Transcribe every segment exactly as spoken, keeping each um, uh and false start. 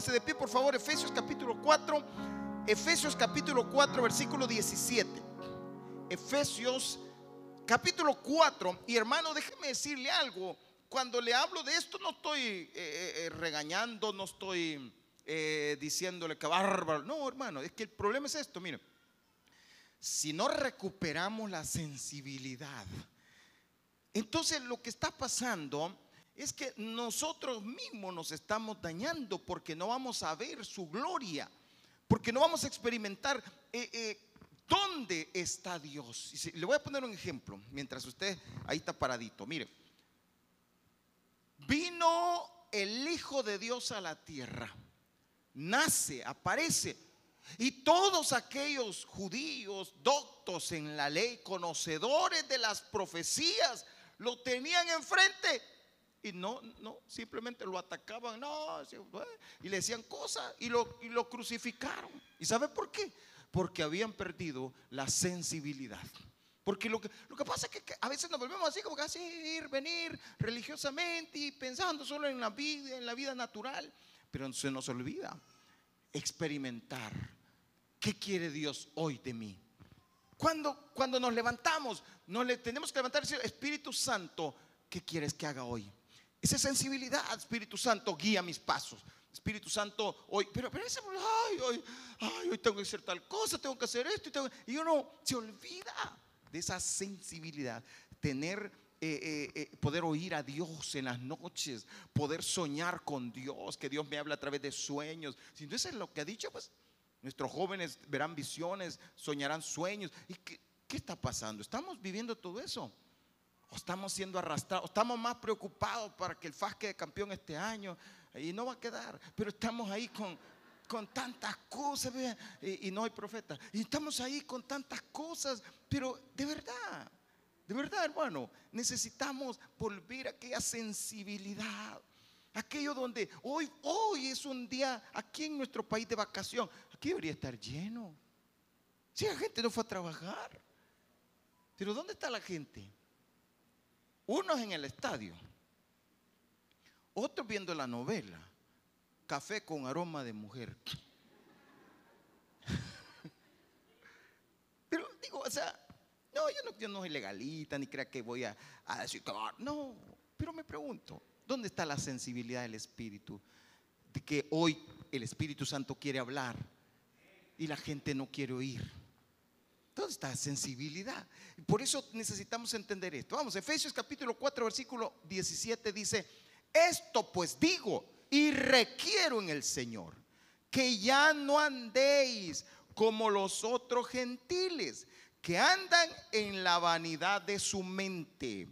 Póngase de pie, por favor. Efesios capítulo cuatro. Efesios capítulo cuatro, versículo diecisiete. Efesios capítulo cuatro. Y hermano, déjeme decirle algo. Cuando le hablo de esto, no estoy eh, eh, regañando, no estoy eh, diciéndole que bárbaro. No, hermano, es que el problema es esto. Mire, si no recuperamos la sensibilidad, entonces lo que está pasando es que nosotros mismos nos estamos dañando, porque no vamos a ver su gloria, porque no vamos a experimentar eh, eh, dónde está Dios. Y si, le voy a poner un ejemplo mientras usted ahí está paradito. Mire, vino el Hijo de Dios a la tierra, nace, aparece, y todos aquellos judíos doctos en la ley, conocedores de las profecías, lo tenían enfrente y no, no, simplemente lo atacaban, no, y le decían cosas y lo, y lo crucificaron. ¿Y sabe por qué? Porque habían perdido la sensibilidad. Porque lo que, lo que pasa es que, que a veces nos volvemos así como que así, ir, venir religiosamente y pensando solo en la vida, en la vida natural, pero se nos olvida experimentar qué quiere Dios hoy de mí. Cuando, cuando nos levantamos, nos le, tenemos que levantar y decir: Espíritu Santo, ¿qué quieres que haga hoy? Esa sensibilidad. Espíritu Santo, guía mis pasos. Espíritu Santo, hoy, pero, pero ese, ay, hoy, ay, hoy tengo que hacer tal cosa, tengo que hacer esto, y, tengo, y uno se olvida de esa sensibilidad. Tener, eh, eh, eh, poder oír a Dios en las noches, poder soñar con Dios, que Dios me habla a través de sueños. Si no, eso es lo que ha dicho, pues nuestros jóvenes verán visiones, soñarán sueños. ¿Y qué, qué está pasando? ¿Estamos viviendo todo eso? ¿O estamos siendo arrastrados? ¿Estamos más preocupados para que el F A S quede campeón este año? Y no va a quedar, pero estamos ahí con, con tantas cosas, y, y no hay profeta. Y estamos ahí con tantas cosas, pero de verdad, de verdad, hermano, necesitamos volver a aquella sensibilidad. Aquello donde hoy, hoy es un día aquí en nuestro país de vacación. Aquí debería estar lleno. Si la gente no fue a trabajar. Pero ¿dónde está la gente? Unos en el estadio, otros viendo la novela Café con aroma de mujer. Pero digo, o sea, no, yo no, yo no soy legalista, ni crea que voy a, a decir, no, pero me pregunto, ¿dónde está la sensibilidad del Espíritu? De que hoy el Espíritu Santo quiere hablar y la gente no quiere oír. ¿Dónde está la sensibilidad? Por eso necesitamos entender esto. Vamos, Efesios capítulo cuatro, versículo diecisiete dice: esto pues digo y requiero en el Señor, que ya no andéis como los otros gentiles, que andan en la vanidad de su mente,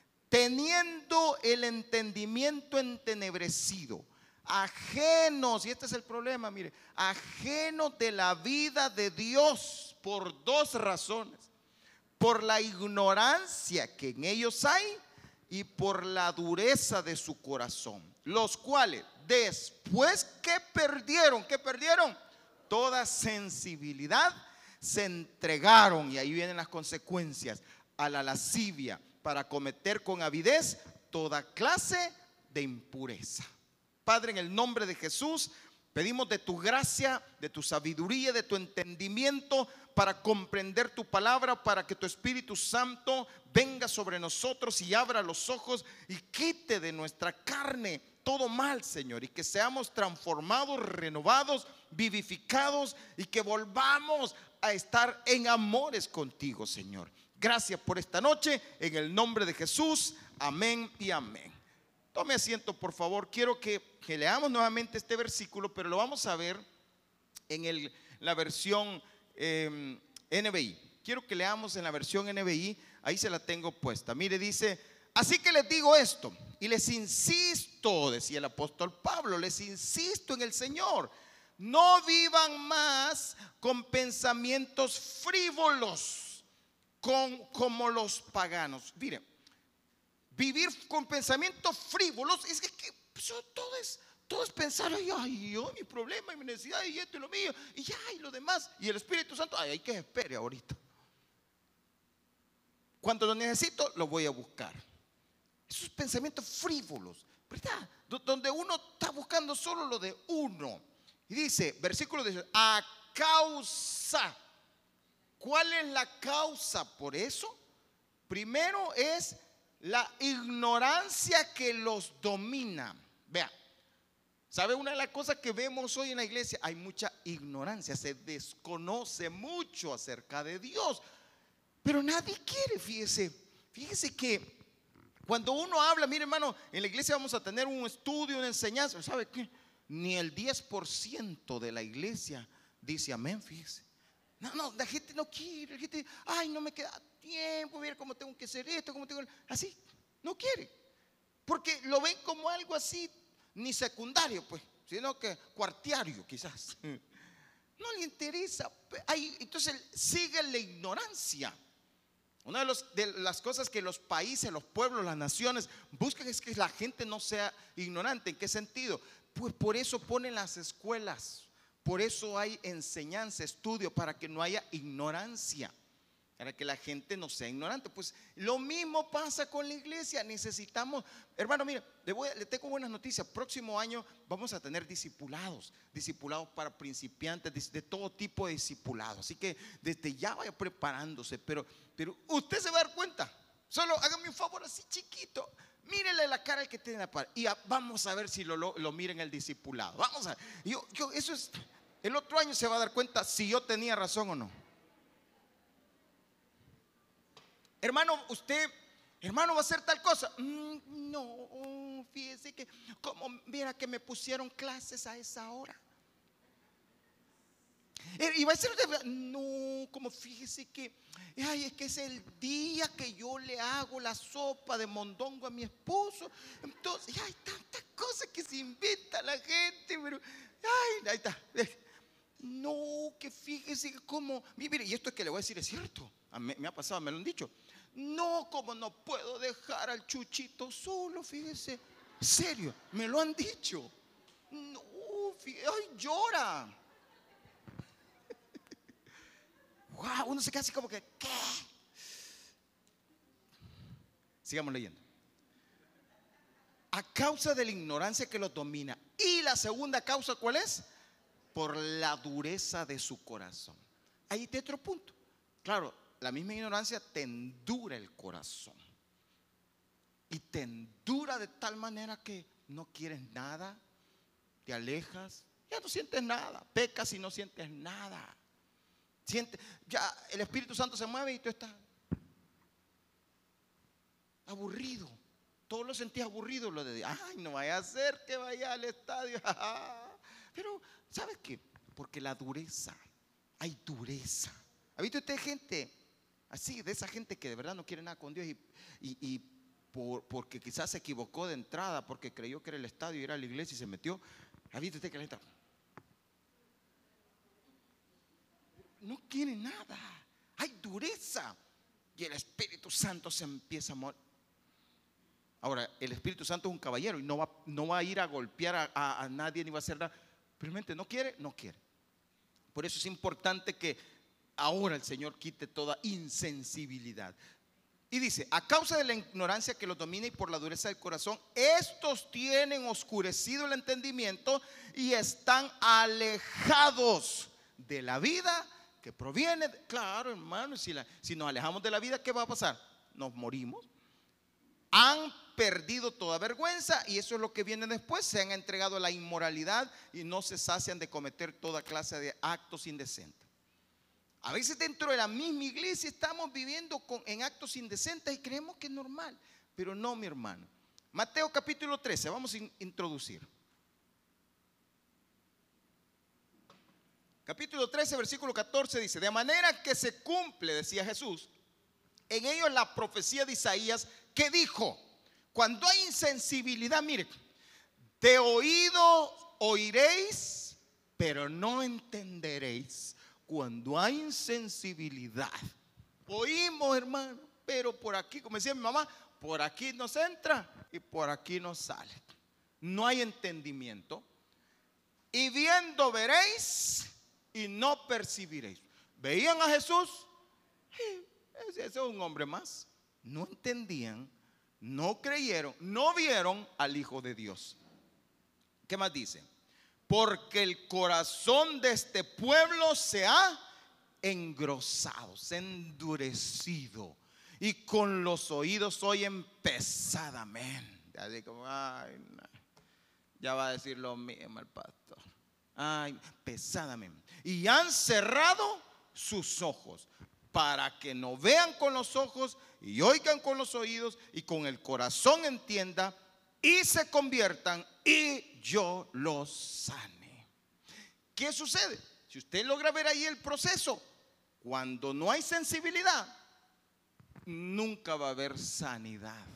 teniendo el entendimiento entenebrecido, ajenos, y este es el problema, mire, ajenos de la vida de Dios, por dos razones: por la ignorancia que en ellos hay y por la dureza de su corazón, los cuales después que perdieron, ¿qué perdieron? Toda sensibilidad, se entregaron, y ahí vienen las consecuencias, a la lascivia, para cometer con avidez toda clase de impureza. Padre, en el nombre de Jesús, pedimos de tu gracia, de tu sabiduría, de tu entendimiento para comprender tu palabra, para que tu Espíritu Santo venga sobre nosotros y abra los ojos y quite de nuestra carne todo mal, Señor, y que seamos transformados, renovados, vivificados, y que volvamos a estar en amores contigo, Señor. Gracias por esta noche, en el nombre de Jesús, amén y amén. Tome asiento, por favor. Quiero que, que leamos nuevamente este versículo, pero lo vamos a ver en el, la versión eh, N B I. Quiero que leamos en la versión N B I. Ahí se la tengo puesta. Mire, dice: así que les digo esto y les insisto, decía el apóstol Pablo, les insisto en el Señor, no vivan más con pensamientos frívolos, con, como los paganos. Mire, vivir con pensamientos frívolos es que, que pues, todo es todo es pensar: ay, ay, yo, mi problema y mi necesidad y esto y lo mío y ya y lo demás, y el Espíritu Santo, ay, hay que espere ahorita. Cuando lo necesito, lo voy a buscar. Esos pensamientos frívolos, ¿verdad? donde uno está buscando solo lo de uno. Y dice, versículo dieciséis, a causa. ¿Cuál es la causa por eso? Primero es la ignorancia que los domina. Vea, ¿sabe una de las cosas que vemos hoy en la iglesia? Hay mucha ignorancia, se desconoce mucho acerca de Dios, pero nadie quiere, fíjese, fíjese que cuando uno habla, mire hermano, en la iglesia vamos a tener un estudio, una enseñanza, ¿sabe qué? Ni el diez por ciento de la iglesia dice amén, fíjese. No, no, la gente no quiere, la gente, ay, no me queda tiempo, mira cómo tengo que hacer esto, cómo tengo, así, no quiere, porque lo ven como algo así, ni secundario, pues, sino que cuartiario, quizás. No le interesa. Hay, entonces sigue la ignorancia. Una de, los, de las cosas que los países, los pueblos, las naciones buscan es que la gente no sea ignorante. ¿En qué sentido? Pues por eso ponen las escuelas. Por eso hay enseñanza, estudio, para que no haya ignorancia, para que la gente no sea ignorante. Pues lo mismo pasa con la iglesia. Necesitamos, hermano, mire, le, voy, le tengo buenas noticias. Próximo año vamos a tener discipulados, discipulados para principiantes, de, de todo tipo de discipulados. Así que desde ya vaya preparándose. Pero, pero usted se va a dar cuenta. Solo hágame un favor así chiquito. Mírele la cara al que tiene la par y a, vamos a ver si lo, lo, lo miren el discipulado. Vamos a ver. Yo, yo, eso es, el otro año se va a dar cuenta si yo tenía razón o no. Hermano, usted, hermano, va a hacer tal cosa. Mm, no, fíjese que, como viera que me pusieron clases a esa hora. Y va a ser, no, como fíjese que, ay, es que es el día que yo le hago la sopa de mondongo a mi esposo. Entonces, hay tantas cosas que se inventa la gente, pero, ay, ahí está. No, que fíjese como, mire, y esto es que le voy a decir es cierto. A mí, me ha pasado, me lo han dicho. No, como no puedo dejar al Chuchito solo, fíjese. Serio, me lo han dicho. No, fíjese, ay, llora. Wow, uno se queda así como que, ¿qué? Sigamos leyendo. A causa de la ignorancia que los domina. Y la segunda causa, ¿cuál es? Por la dureza de su corazón. Ahí está otro punto. Claro, la misma ignorancia te endura el corazón. Y te endura de tal manera que no quieres nada, te alejas, ya no sientes nada, pecas y no sientes nada. Siente, ya el Espíritu Santo se mueve y tú estás aburrido. Todo lo sentías aburrido, lo de, ay, no vaya a ser que vaya al estadio. Pero, ¿sabes qué? Porque la dureza, hay dureza. ¿Ha visto usted gente así, de esa gente que de verdad no quiere nada con Dios y, y, y por, porque quizás se equivocó de entrada, porque creyó que era el estadio y era la iglesia y se metió? ¿Ha visto usted que la gente no quiere nada? Hay dureza y el Espíritu Santo se empieza a mover. Ahora, el Espíritu Santo es un caballero y no va, no va a ir a golpear a, a, a nadie ni va a hacer nada. Simplemente no quiere, no quiere. Por eso es importante que ahora el Señor quite toda insensibilidad. Y dice, a causa de la ignorancia que los domina y por la dureza del corazón, estos tienen oscurecido el entendimiento y están alejados de la vida que proviene de, claro, hermano, si, la, si nos alejamos de la vida, ¿qué va a pasar? Nos morimos. Han perdido toda vergüenza y eso es lo que viene después. Se han entregado a la inmoralidad y no se sacian de cometer toda clase de actos indecentes. A veces dentro de la misma iglesia estamos viviendo con, en actos indecentes y creemos que es normal, pero no, mi hermano. Mateo capítulo trece, vamos a in- introducir. Capítulo trece, versículo catorce dice, de manera que se cumple, decía Jesús, en ellos la profecía de Isaías que dijo, cuando hay insensibilidad, mire, de oído oiréis, pero no entenderéis. Cuando hay insensibilidad, oímos, hermano, pero por aquí, como decía mi mamá, por aquí nos entra y por aquí nos sale. No hay entendimiento. Y viendo veréis y no percibiréis. ¿Veían a Jesús? Ese es un hombre más. No entendían, no creyeron, no vieron al Hijo de Dios. ¿Qué más dice? Porque el corazón de este pueblo se ha engrosado, se ha endurecido, y con los oídos oyen pesadamente. Así como, ay, no, ya va a decir lo mismo el pastor. Ay, pesadamente. Y han cerrado sus ojos para que no vean con los ojos y oigan con los oídos y con el corazón entienda y se conviertan y yo los sane. ¿Qué sucede? Si usted logra ver ahí el proceso, cuando no hay sensibilidad, nunca va a haber sanidad.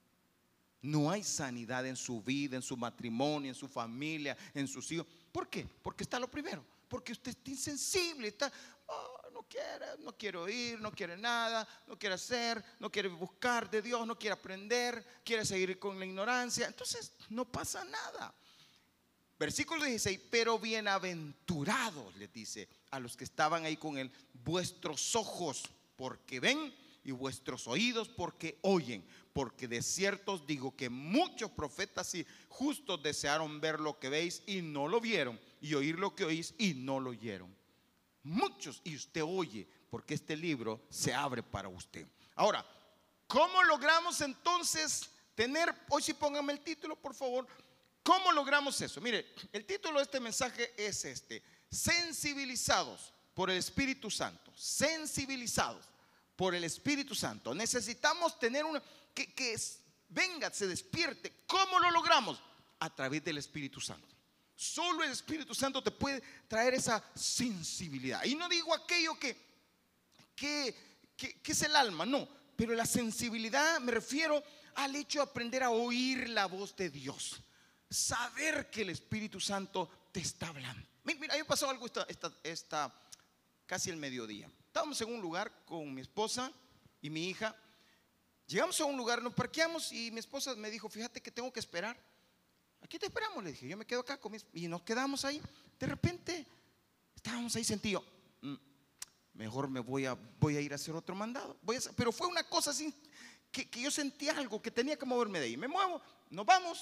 No hay sanidad en su vida, en su matrimonio, en su familia, en sus hijos. ¿Por qué? Porque está lo primero. Porque usted está insensible, está, oh, no quiere, no quiere oír, no quiere nada, no quiere hacer, no quiere buscar de Dios, no quiere aprender, quiere seguir con la ignorancia. Entonces no pasa nada. Versículo dieciséis, pero bienaventurados, les dice a los que estaban ahí con él, vuestros ojos porque ven y vuestros oídos porque oyen, porque de cierto os digo que muchos profetas y justos desearon ver lo que veis y no lo vieron, y oír lo que oís y no lo oyeron. Muchos, y usted oye, porque este libro se abre para usted. Ahora, ¿cómo logramos entonces tener, hoy sí póngame el título por favor, ¿cómo logramos eso? Mire, el título de este mensaje es este: sensibilizados por el Espíritu Santo. Sensibilizados por el Espíritu Santo. Necesitamos tener una que, que es, venga, se despierte. ¿Cómo lo logramos? A través del Espíritu Santo. Solo el Espíritu Santo te puede traer esa sensibilidad. Y no digo aquello que, que, que, que es el alma, no. Pero la sensibilidad me refiero al hecho de aprender a oír la voz de Dios. Saber que el Espíritu Santo te está hablando. Mira, mira, a mí me pasó algo esta, esta, esta casi el mediodía. Estábamos en un lugar con mi esposa y mi hija. Llegamos a un lugar, nos parqueamos y mi esposa me dijo, fíjate que tengo que esperar. Aquí te esperamos, le dije, yo me quedo acá con mis, y nos quedamos ahí. De repente estábamos ahí sentido, mm, mejor me voy a, voy a ir a hacer otro mandado. Voy a, pero fue una cosa así que, que yo sentí algo, que tenía que moverme de ahí. Me muevo, nos vamos.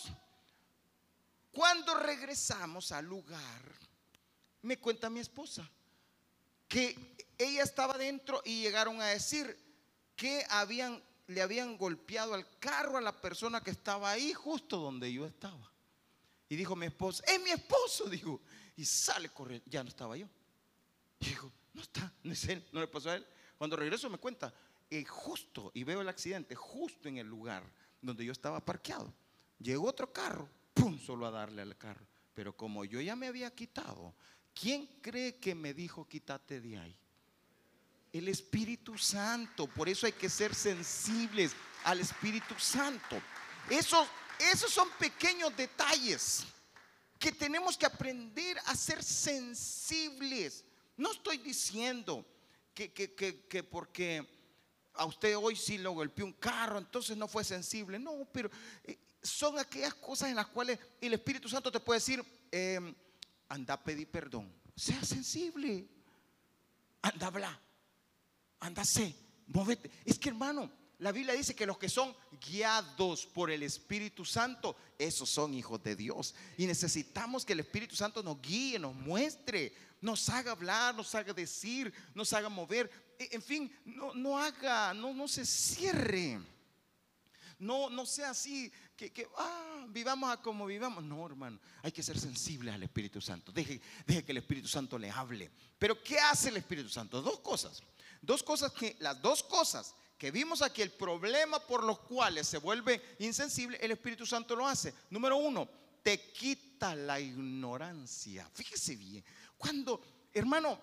Cuando regresamos al lugar, me cuenta mi esposa que ella estaba dentro y llegaron a decir que habían, le habían golpeado al carro a la persona que estaba ahí justo donde yo estaba. Y dijo mi esposa, es mi esposo, dijo, y sale corriendo. Ya no estaba yo. Y dijo, no está, no es él, no le pasó a él. Cuando regreso me cuenta, eh, justo, y veo el accidente, justo en el lugar donde yo estaba parqueado. Llegó otro carro, pum, solo a darle al carro. Pero como yo ya me había quitado, ¿quién cree que me dijo quítate de ahí? El Espíritu Santo. Por eso hay que ser sensibles al Espíritu Santo. Esos, esos son pequeños detalles que tenemos que aprender a ser sensibles. No estoy diciendo que, que, que, que porque a usted hoy sí lo golpeó un carro, entonces no fue sensible. No, pero eh, son aquellas cosas en las cuales el Espíritu Santo te puede decir, eh, anda a pedir perdón. Sea sensible. Anda a hablar. Anda, sé, móvete. Es que, hermano, la Biblia dice que los que son guiados por el Espíritu Santo, esos son hijos de Dios. Y necesitamos que el Espíritu Santo nos guíe, nos muestre, nos haga hablar, nos haga decir, nos haga mover. En fin, no, no haga, no, no se cierre. No, no sea así, que, que ah, vivamos a como vivamos. No, hermano, hay que ser sensibles al Espíritu Santo. Deje, deje que el Espíritu Santo le hable. Pero ¿qué hace el Espíritu Santo? Dos cosas. Dos cosas que, las dos cosas que vimos aquí, el problema por los cuales se vuelve insensible, el Espíritu Santo lo hace. Número uno, te quita la ignorancia. Fíjese bien, cuando, hermano,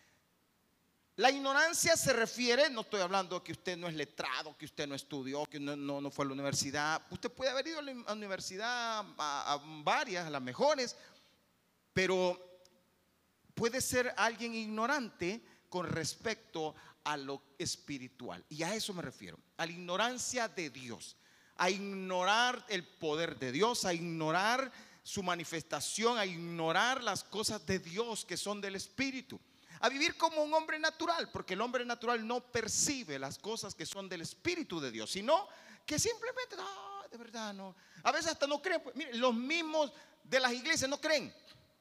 la ignorancia se refiere, no estoy hablando de que usted no es letrado, que usted no estudió, que no, no, no fue a la universidad. Usted puede haber ido a la universidad, a, a varias, a las mejores, pero puede ser alguien ignorante con respecto a lo espiritual. Y a eso me refiero, a la ignorancia de Dios, a ignorar el poder de Dios, a ignorar su manifestación, a ignorar las cosas de Dios que son del Espíritu, a vivir como un hombre natural, porque el hombre natural no percibe las cosas que son del Espíritu de Dios, sino que simplemente, ah, de verdad no, a veces hasta no creen. Pues, mire, los mismos de las iglesias no creen.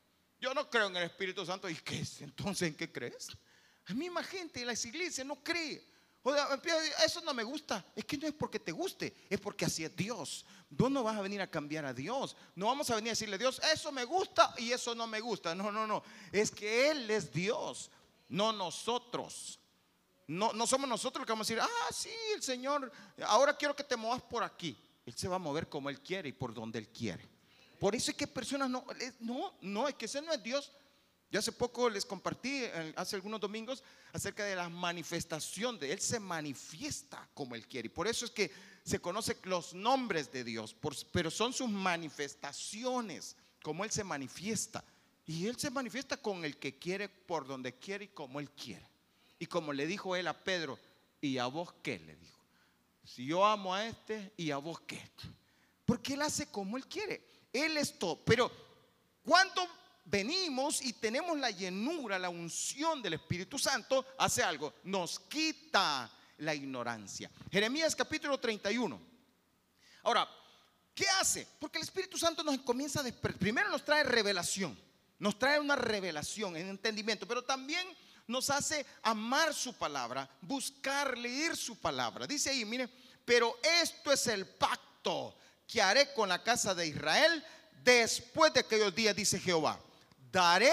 Yo no creo en el Espíritu Santo. ¿Y qué es? Entonces, ¿en qué crees? La misma gente de las iglesias no cree. O sea, eso no me gusta. Es que no es porque te guste, es porque así es Dios. Tú no vas a venir a cambiar a Dios. No vamos a venir a decirle a Dios, eso me gusta y eso no me gusta. No, no, no. Es que Él es Dios, no nosotros. No, no somos nosotros los que vamos a decir, ah, sí, el Señor, ahora quiero que te muevas por aquí. Él se va a mover como Él quiere y por donde Él quiere. Por eso es que personas no, no, no, es que ese no es Dios. Yo hace poco les compartí, hace algunos domingos, acerca de la manifestación de Él. Se manifiesta como Él quiere. Y por eso es que se conocen los nombres de Dios, por, pero son sus manifestaciones, como Él se manifiesta. Y Él se manifiesta con el que quiere, por donde quiere y como Él quiere. Y como le dijo Él a Pedro, ¿y a vos qué? Le dijo, si yo amo a este, ¿y a vos qué? Porque Él hace como Él quiere. Él es todo. Pero cuando venimos y tenemos la llenura, la unción del Espíritu Santo, hace algo, nos quita la ignorancia. Jeremías capítulo treinta y uno. Ahora, ¿qué hace? Porque el Espíritu Santo nos comienza a despertar. Primero nos trae revelación, nos trae una revelación en entendimiento, pero también nos hace amar su palabra, buscar leer su palabra. Dice ahí, mire, pero esto es el pacto que haré con la casa de Israel después de aquellos días, dice Jehová. Daré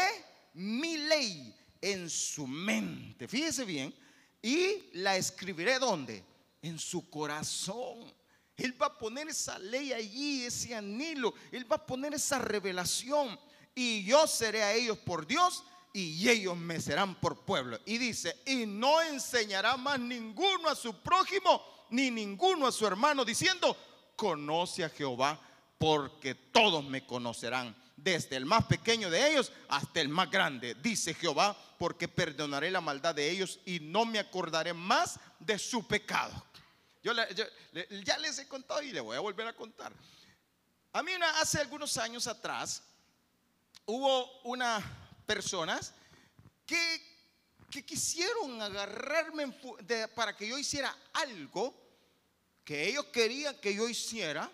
mi ley en su mente, fíjese bien, y la escribiré ¿dónde? En su corazón. Él va a poner esa ley allí, ese anhelo. Él va a poner esa revelación. Y yo seré a ellos por Dios y ellos me serán por pueblo. Y dice, y no enseñará más ninguno a su prójimo ni ninguno a su hermano diciendo, conoce a Jehová, porque todos me conocerán, desde el más pequeño de ellos hasta el más grande, dice Jehová, porque perdonaré la maldad de ellos y no me acordaré más de su pecado. Yo, le, yo le, ya les he contado y le voy a volver a contar. A mí una, hace algunos años atrás hubo unas personas que, que quisieron agarrarme de, para que yo hiciera algo que ellos querían que yo hiciera,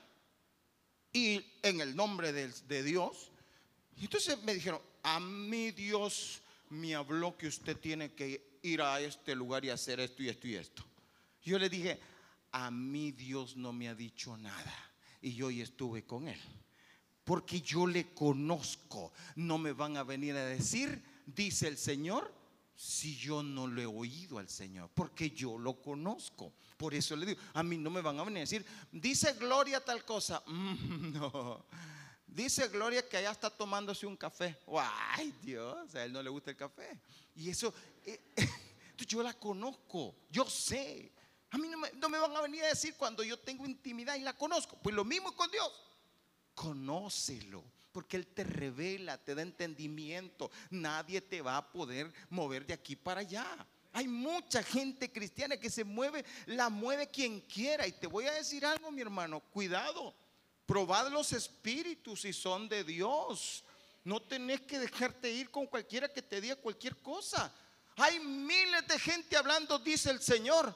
y en el nombre de, de Dios. Y entonces me dijeron, a mí Dios me habló que usted tiene que ir a este lugar y hacer esto y esto y esto. Yo le dije, a mí Dios no me ha dicho nada, y yo hoy estuve con él, porque yo le conozco. No me van a venir a decir, dice el Señor, si yo no le he oído al Señor, porque yo lo conozco. Por eso le digo, a mí no me van a venir a decir, dice Gloria tal cosa. Mm, no, dice Gloria que allá está tomándose un café. Ay, Dios, a él no le gusta el café. Y eso, eh, yo la conozco, yo sé. A mí no me, no me van a venir a decir cuando yo tengo intimidad y la conozco. Pues lo mismo con Dios. Conócelo, porque Él te revela, te da entendimiento. Nadie te va a poder mover de aquí para allá. Hay mucha gente cristiana que se mueve, la mueve quien quiera. Y te voy a decir algo, mi hermano, cuidado. Probad los espíritus si son de Dios. No tenés que dejarte ir con cualquiera que te diga cualquier cosa. Hay miles de gente hablando, dice el Señor,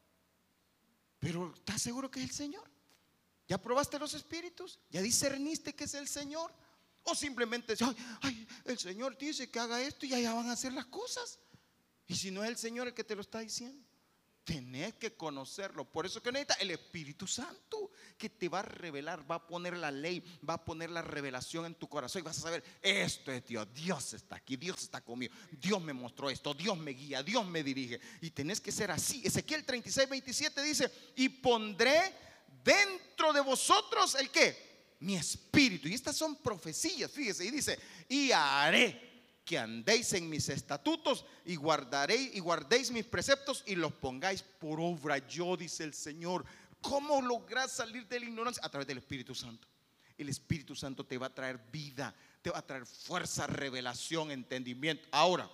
pero ¿estás seguro que es el Señor? ¿Ya probaste los espíritus? ¿Ya discerniste que es el Señor? O simplemente, ay, ay, el Señor dice que haga esto y allá van a hacer las cosas. Y si no es el Señor el que te lo está diciendo, tenés que conocerlo. Por eso que necesitas el Espíritu Santo, que te va a revelar, va a poner la ley, va a poner la revelación en tu corazón y vas a saber, esto es Dios, Dios está aquí, Dios está conmigo, Dios me mostró esto, Dios me guía, Dios me dirige. Y tenés que ser así. Ezequiel treinta y seis, veintisiete dice, y pondré dentro de vosotros el ¿qué? Mi espíritu. Y estas son profecías, fíjese, y dice, y haré que andéis en mis estatutos y guardaréis y guardéis mis preceptos y los pongáis por obra. Yo, dice el Señor. ¿Cómo lograr salir de la ignorancia? A través del Espíritu Santo. El Espíritu Santo te va a traer vida, te va a traer fuerza, revelación, entendimiento. Ahora,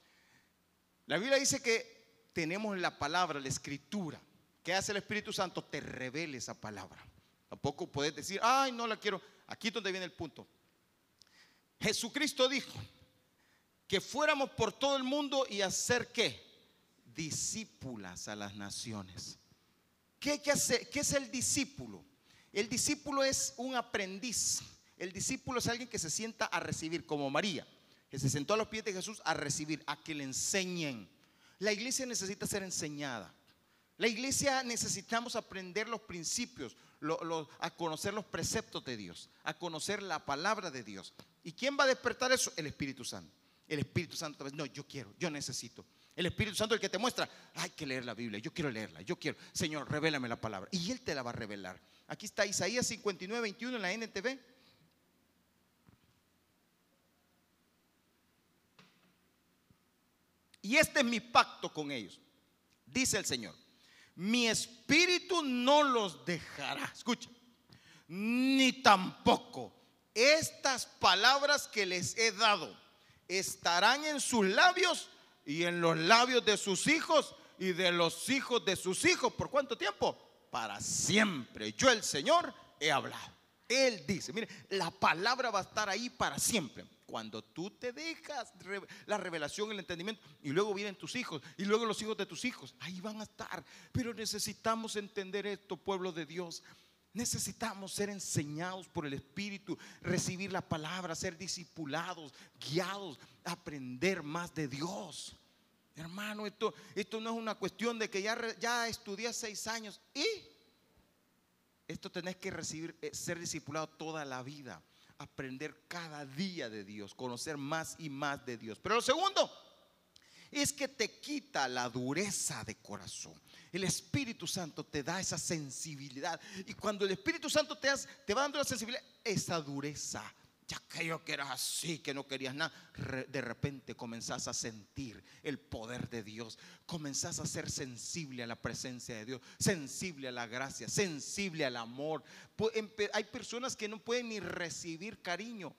la Biblia dice que tenemos la palabra, la escritura. ¿Qué hace el Espíritu Santo? Te revela esa palabra. Tampoco puedes decir, ay, no la quiero. Aquí es donde viene el punto. Jesucristo dijo que fuéramos por todo el mundo y hacer ¿qué? Discípulas a las naciones. ¿Qué hay que hacer? ¿Qué es el discípulo? El discípulo es un aprendiz. El discípulo es alguien que se sienta a recibir, como María, que se sentó a los pies de Jesús a recibir, a que le enseñen. La iglesia necesita ser enseñada. La iglesia necesitamos aprender los principios, lo, lo, a conocer los preceptos de Dios, a conocer la palabra de Dios. ¿Y quién va a despertar eso? El Espíritu Santo. El Espíritu Santo, no, yo quiero, yo necesito. El Espíritu Santo es el que te muestra, hay que leer la Biblia, yo quiero leerla, yo quiero, Señor, revélame la palabra. Y Él te la va a revelar. Aquí está Isaías cincuenta y nueve, veintiuno en la N T V. Y este es mi pacto con ellos, dice el Señor. Mi espíritu no los dejará, escucha, ni tampoco estas palabras que les he dado estarán en sus labios y en los labios de sus hijos y de los hijos de sus hijos. ¿Por cuánto tiempo? Para siempre. Yo, el Señor, he hablado. Él dice, mire, la palabra va a estar ahí para siempre. Cuando tú te dejas la revelación, el entendimiento, y luego vienen tus hijos, y luego los hijos de tus hijos, ahí van a estar. Pero necesitamos entender esto, pueblo de Dios. Necesitamos ser enseñados por el Espíritu, recibir la palabra, ser discipulados, guiados, aprender más de Dios. Hermano, esto, esto no es una cuestión de que ya, ya estudié seis años y esto tenés que recibir, ser discipulado toda la vida. Aprender cada día de Dios, conocer más y más de Dios. Pero lo segundo es que te quita la dureza de corazón. El Espíritu Santo te da esa sensibilidad. Y cuando el Espíritu Santo te, hace, te va dando la sensibilidad, esa dureza, ya creo que eras así, que no querías nada, de repente comenzás a sentir el poder de Dios. Comenzás a ser sensible a la presencia de Dios, sensible a la gracia, sensible al amor. Hay personas que no pueden ni recibir cariño.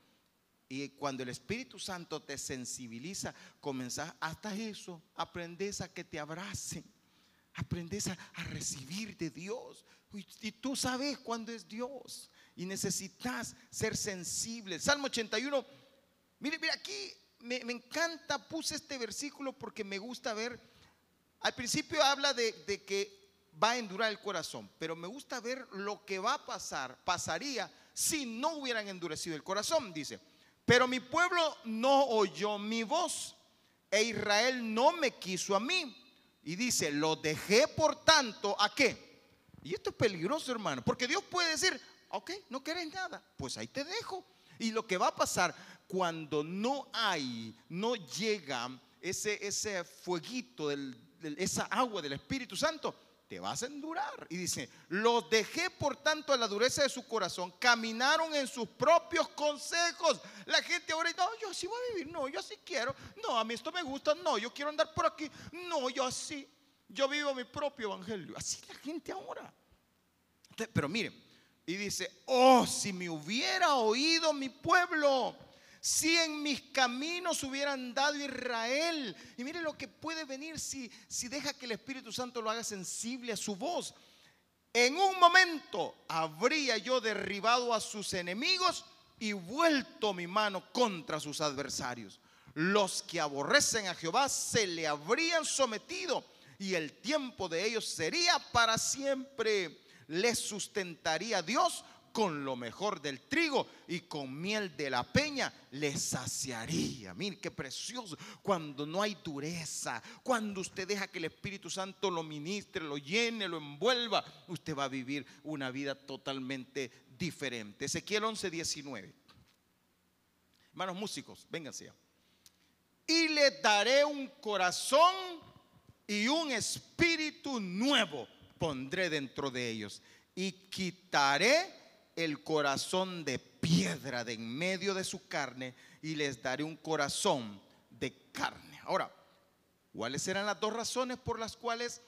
Y cuando el Espíritu Santo te sensibiliza, comenzás hasta eso, aprendes a que te abracen, aprendes a, a recibir de Dios. Y tú sabes cuándo es Dios. Y necesitas ser sensible. Salmo ochenta y uno. Mire, mire aquí me, me encanta. Puse este versículo porque me gusta ver. Al principio habla de, de que va a endurar el corazón, pero me gusta ver lo que va a pasar, pasaría si no hubieran endurecido el corazón. Dice: pero mi pueblo no oyó mi voz, e Israel no me quiso a mí. Y dice: lo dejé por tanto, ¿a qué? Y esto es peligroso, hermano, porque Dios puede decir: ok, no querés nada, pues ahí te dejo. Y lo que va a pasar cuando no hay, no llega ese, ese fueguito, del, del, esa agua del Espíritu Santo, te vas a endurar. Y dice: los dejé por tanto a la dureza de su corazón, caminaron en sus propios consejos. La gente ahora dice: no, yo así voy a vivir, no, yo así quiero, no, a mí esto me gusta, no, yo quiero andar por aquí, no, yo así, yo vivo mi propio evangelio. Así la gente ahora. Entonces, pero miren, y dice: oh, si me hubiera oído mi pueblo, si en mis caminos hubiera andado Israel. Y mire lo que puede venir si, si deja que el Espíritu Santo lo haga sensible a su voz. En un momento habría yo derribado a sus enemigos y vuelto mi mano contra sus adversarios. Los que aborrecen a Jehová se le habrían sometido, y el tiempo de ellos sería para siempre. Les sustentaría Dios con lo mejor del trigo, y con miel de la peña les saciaría. Mire qué precioso. Cuando no hay dureza, cuando usted deja que el Espíritu Santo lo ministre, lo llene, lo envuelva, usted va a vivir una vida totalmente diferente. Ezequiel once, diecinueve. Hermanos músicos, vénganse ya. Y les daré un corazón y un espíritu nuevo pondré dentro de ellos, y quitaré el corazón de piedra de en medio de su carne, y les daré un corazón de carne. Ahora, ¿cuáles eran las dos razones por las cuales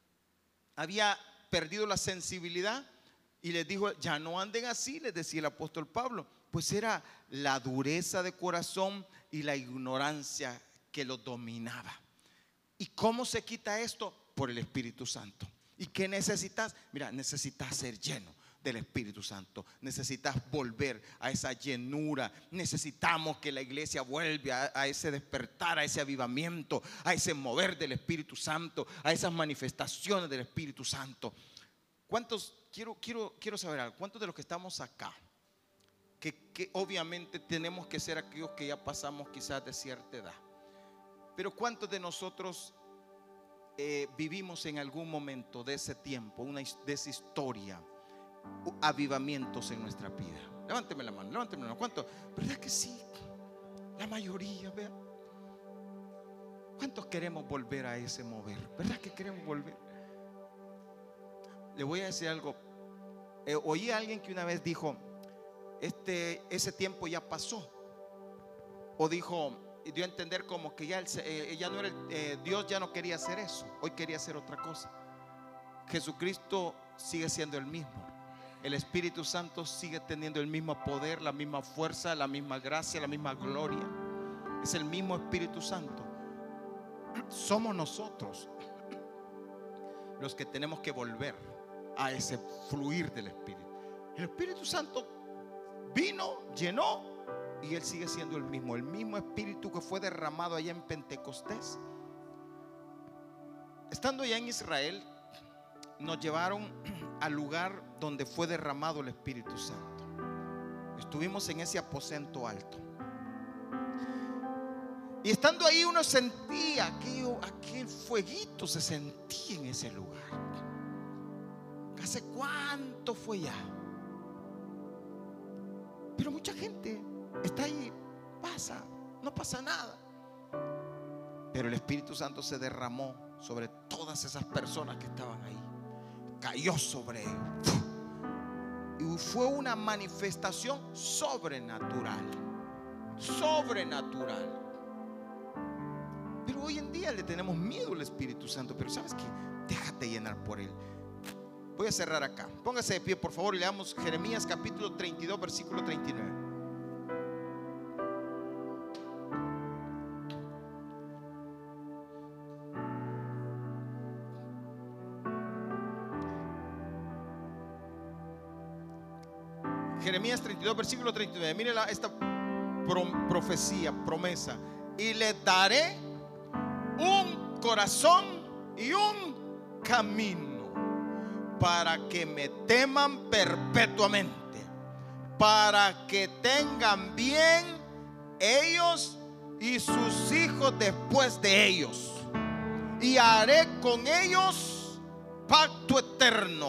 había perdido la sensibilidad? Y les dijo: ya no anden así, les decía el apóstol Pablo. Pues era la dureza de corazón y la ignorancia que los dominaba. ¿Y cómo se quita esto? Por el Espíritu Santo. ¿Y qué necesitas? Mira, necesitas ser lleno del Espíritu Santo. Necesitas volver a esa llenura. Necesitamos que la iglesia vuelva a, a ese despertar, a ese avivamiento, a ese mover del Espíritu Santo, a esas manifestaciones del Espíritu Santo. ¿Cuántos, quiero, quiero, quiero saber algo, cuántos de los que estamos acá que, que obviamente tenemos que ser aquellos que ya pasamos quizás de cierta edad. Pero ¿cuántos de nosotros eh, vivimos en algún momento de ese tiempo, una, de esa historia, avivamientos en nuestra vida? Levánteme la mano, levánteme la mano. ¿Cuántos? ¿Verdad que sí? La mayoría, vean. ¿Cuántos queremos volver a ese mover? ¿Verdad que queremos volver? Le voy a decir algo. Eh, oí a alguien que una vez dijo: este, ese tiempo ya pasó. O dijo, y dio a entender como que ya, el, eh, ya no era el, eh, Dios ya no quería hacer eso. Hoy quería hacer otra cosa. Jesucristo sigue siendo el mismo. El Espíritu Santo sigue teniendo el mismo poder, la misma fuerza, la misma gracia, la misma gloria. Es el mismo Espíritu Santo. Somos nosotros los que tenemos que volver a ese fluir del Espíritu. El Espíritu Santo vino, llenó, y Él sigue siendo el mismo. El mismo Espíritu que fue derramado allá en Pentecostés. Estando allá en Israel, nos llevaron al lugar donde fue derramado el Espíritu Santo. Estuvimos en ese aposento alto. Y estando ahí uno sentía aquello, aquel fueguito se sentía en ese lugar. ¿Hace cuánto fue ya? Pero mucha gente está ahí, pasa, no pasa nada. Pero el Espíritu Santo se derramó sobre todas esas personas que estaban ahí. Cayó sobre ellos. Y fue una manifestación sobrenatural. Sobrenatural. Pero hoy en día le tenemos miedo al Espíritu Santo. Pero ¿sabes qué? Déjate llenar por Él. Voy a cerrar acá. Póngase de pie, por favor, y leamos Jeremías capítulo treinta y dos, versículo treinta y nueve. Jeremías treinta y dos, versículo treinta y nueve. Mire la, esta pro, profecía, promesa. Y le daré un corazón y un camino para que me teman perpetuamente, para que tengan bien ellos y sus hijos después de ellos. Y haré con ellos pacto eterno,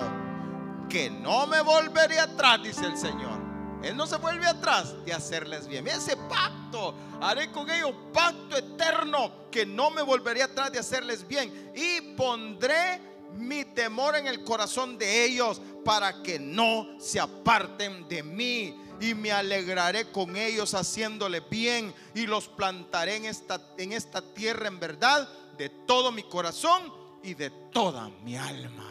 que no me volveré atrás, dice el Señor. Él no se vuelve atrás de hacerles bien. Mira ese pacto. Haré con ellos pacto eterno, que no me volveré atrás de hacerles bien. Y pondré mi temor en el corazón de ellos, para que no se aparten de mí. Y me alegraré con ellos haciéndoles bien, y los plantaré en esta, en esta tierra en verdad, de todo mi corazón y de toda mi alma.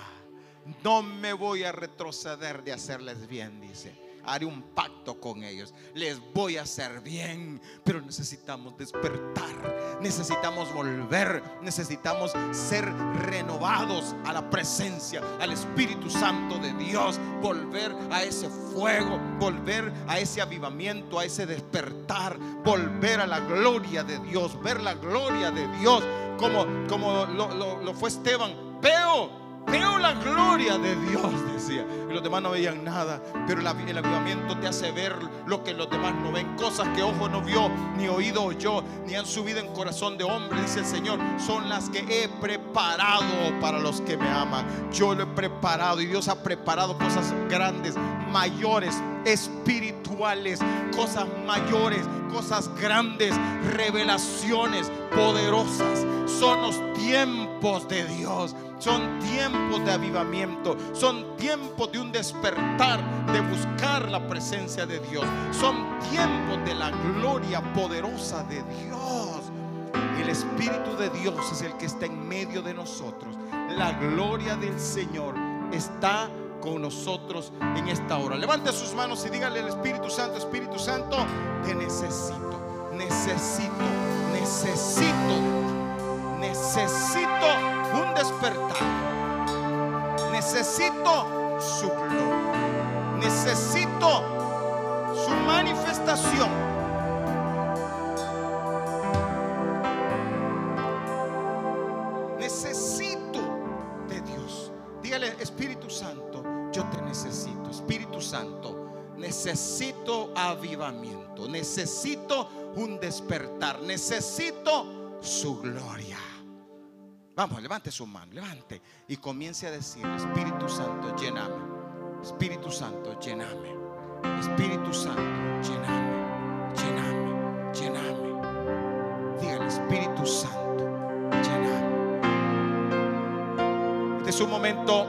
No me voy a retroceder de hacerles bien, dice. Haré un pacto con ellos, les voy a hacer bien. Pero necesitamos despertar, necesitamos volver, necesitamos ser renovados a la presencia, al Espíritu Santo de Dios. Volver a ese fuego, volver a ese avivamiento, a ese despertar, volver a la gloria de Dios, ver la gloria de Dios como, como lo, lo, lo fue Esteban. Veo Veo la gloria de Dios, decía. Y los demás no veían nada. Pero el avivamiento te hace ver lo que los demás no ven. Cosas que ojo no vio, ni oído oyó, ni han subido en corazón de hombre, dice el Señor. Son las que he preparado para los que me aman. Yo lo he preparado, y Dios ha preparado cosas grandes, mayores, espirituales, cosas mayores, cosas grandes, revelaciones poderosas. Son los tiempos de Dios. Son tiempos de avivamiento. Son tiempos de un despertar, de buscar la presencia de Dios. Son tiempos de la gloria poderosa de Dios. El Espíritu de Dios es el que está en medio de nosotros. La gloria del Señor está con nosotros en esta hora. Levante sus manos y dígale al Espíritu Santo: Espíritu Santo, te necesito, necesito, necesito, necesito un despertar. Necesito su gloria. Necesito su manifestación. Necesito de Dios. Dígale: Espíritu Santo, yo te necesito. Espíritu Santo, necesito necesito avivamiento, necesito un despertar, necesito su gloria. Vamos, levante su mano, levante y comience a decir: Espíritu Santo, lléname. Espíritu Santo, lléname. Espíritu Santo, lléname, lléname, lléname. Dígale: Espíritu Santo, lléname. Este es un momento.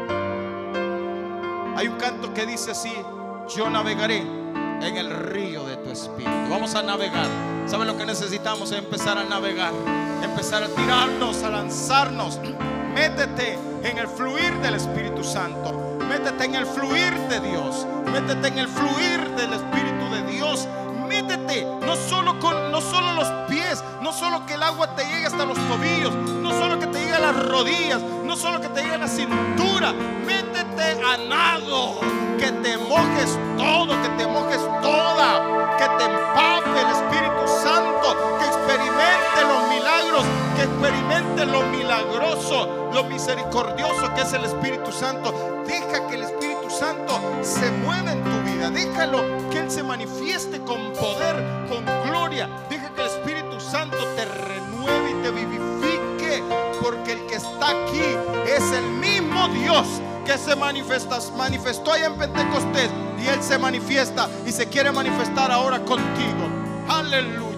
Hay un canto que dice así: yo navegaré en el río de tu espíritu. Vamos a navegar. ¿Sabe lo que necesitamos? Es empezar a navegar, empezar a tirarnos, a lanzarnos. Métete en el fluir del Espíritu Santo. Métete en el fluir de Dios. Métete en el fluir del Espíritu de Dios. Métete, no solo con, no solo los pies, no solo que el agua te llegue hasta los tobillos, no solo que te llegue a las rodillas, no solo que te llegue a la cintura. Métete a nado, que te mojes todo, que te mojes toda, que te empape el Espíritu Santo, que experimente los milagros, que experimente lo milagroso, lo misericordioso que es el Espíritu Santo. Deja que el Espíritu Santo se mueva en tu vida. Déjalo que Él se manifieste con poder, con gloria. Deja que el Espíritu Santo te renueve y te vivifique, porque el que está aquí es el mismo Dios que se manifiesta, manifestó allá en Pentecostés, y Él se manifiesta y se quiere manifestar ahora contigo. Aleluya.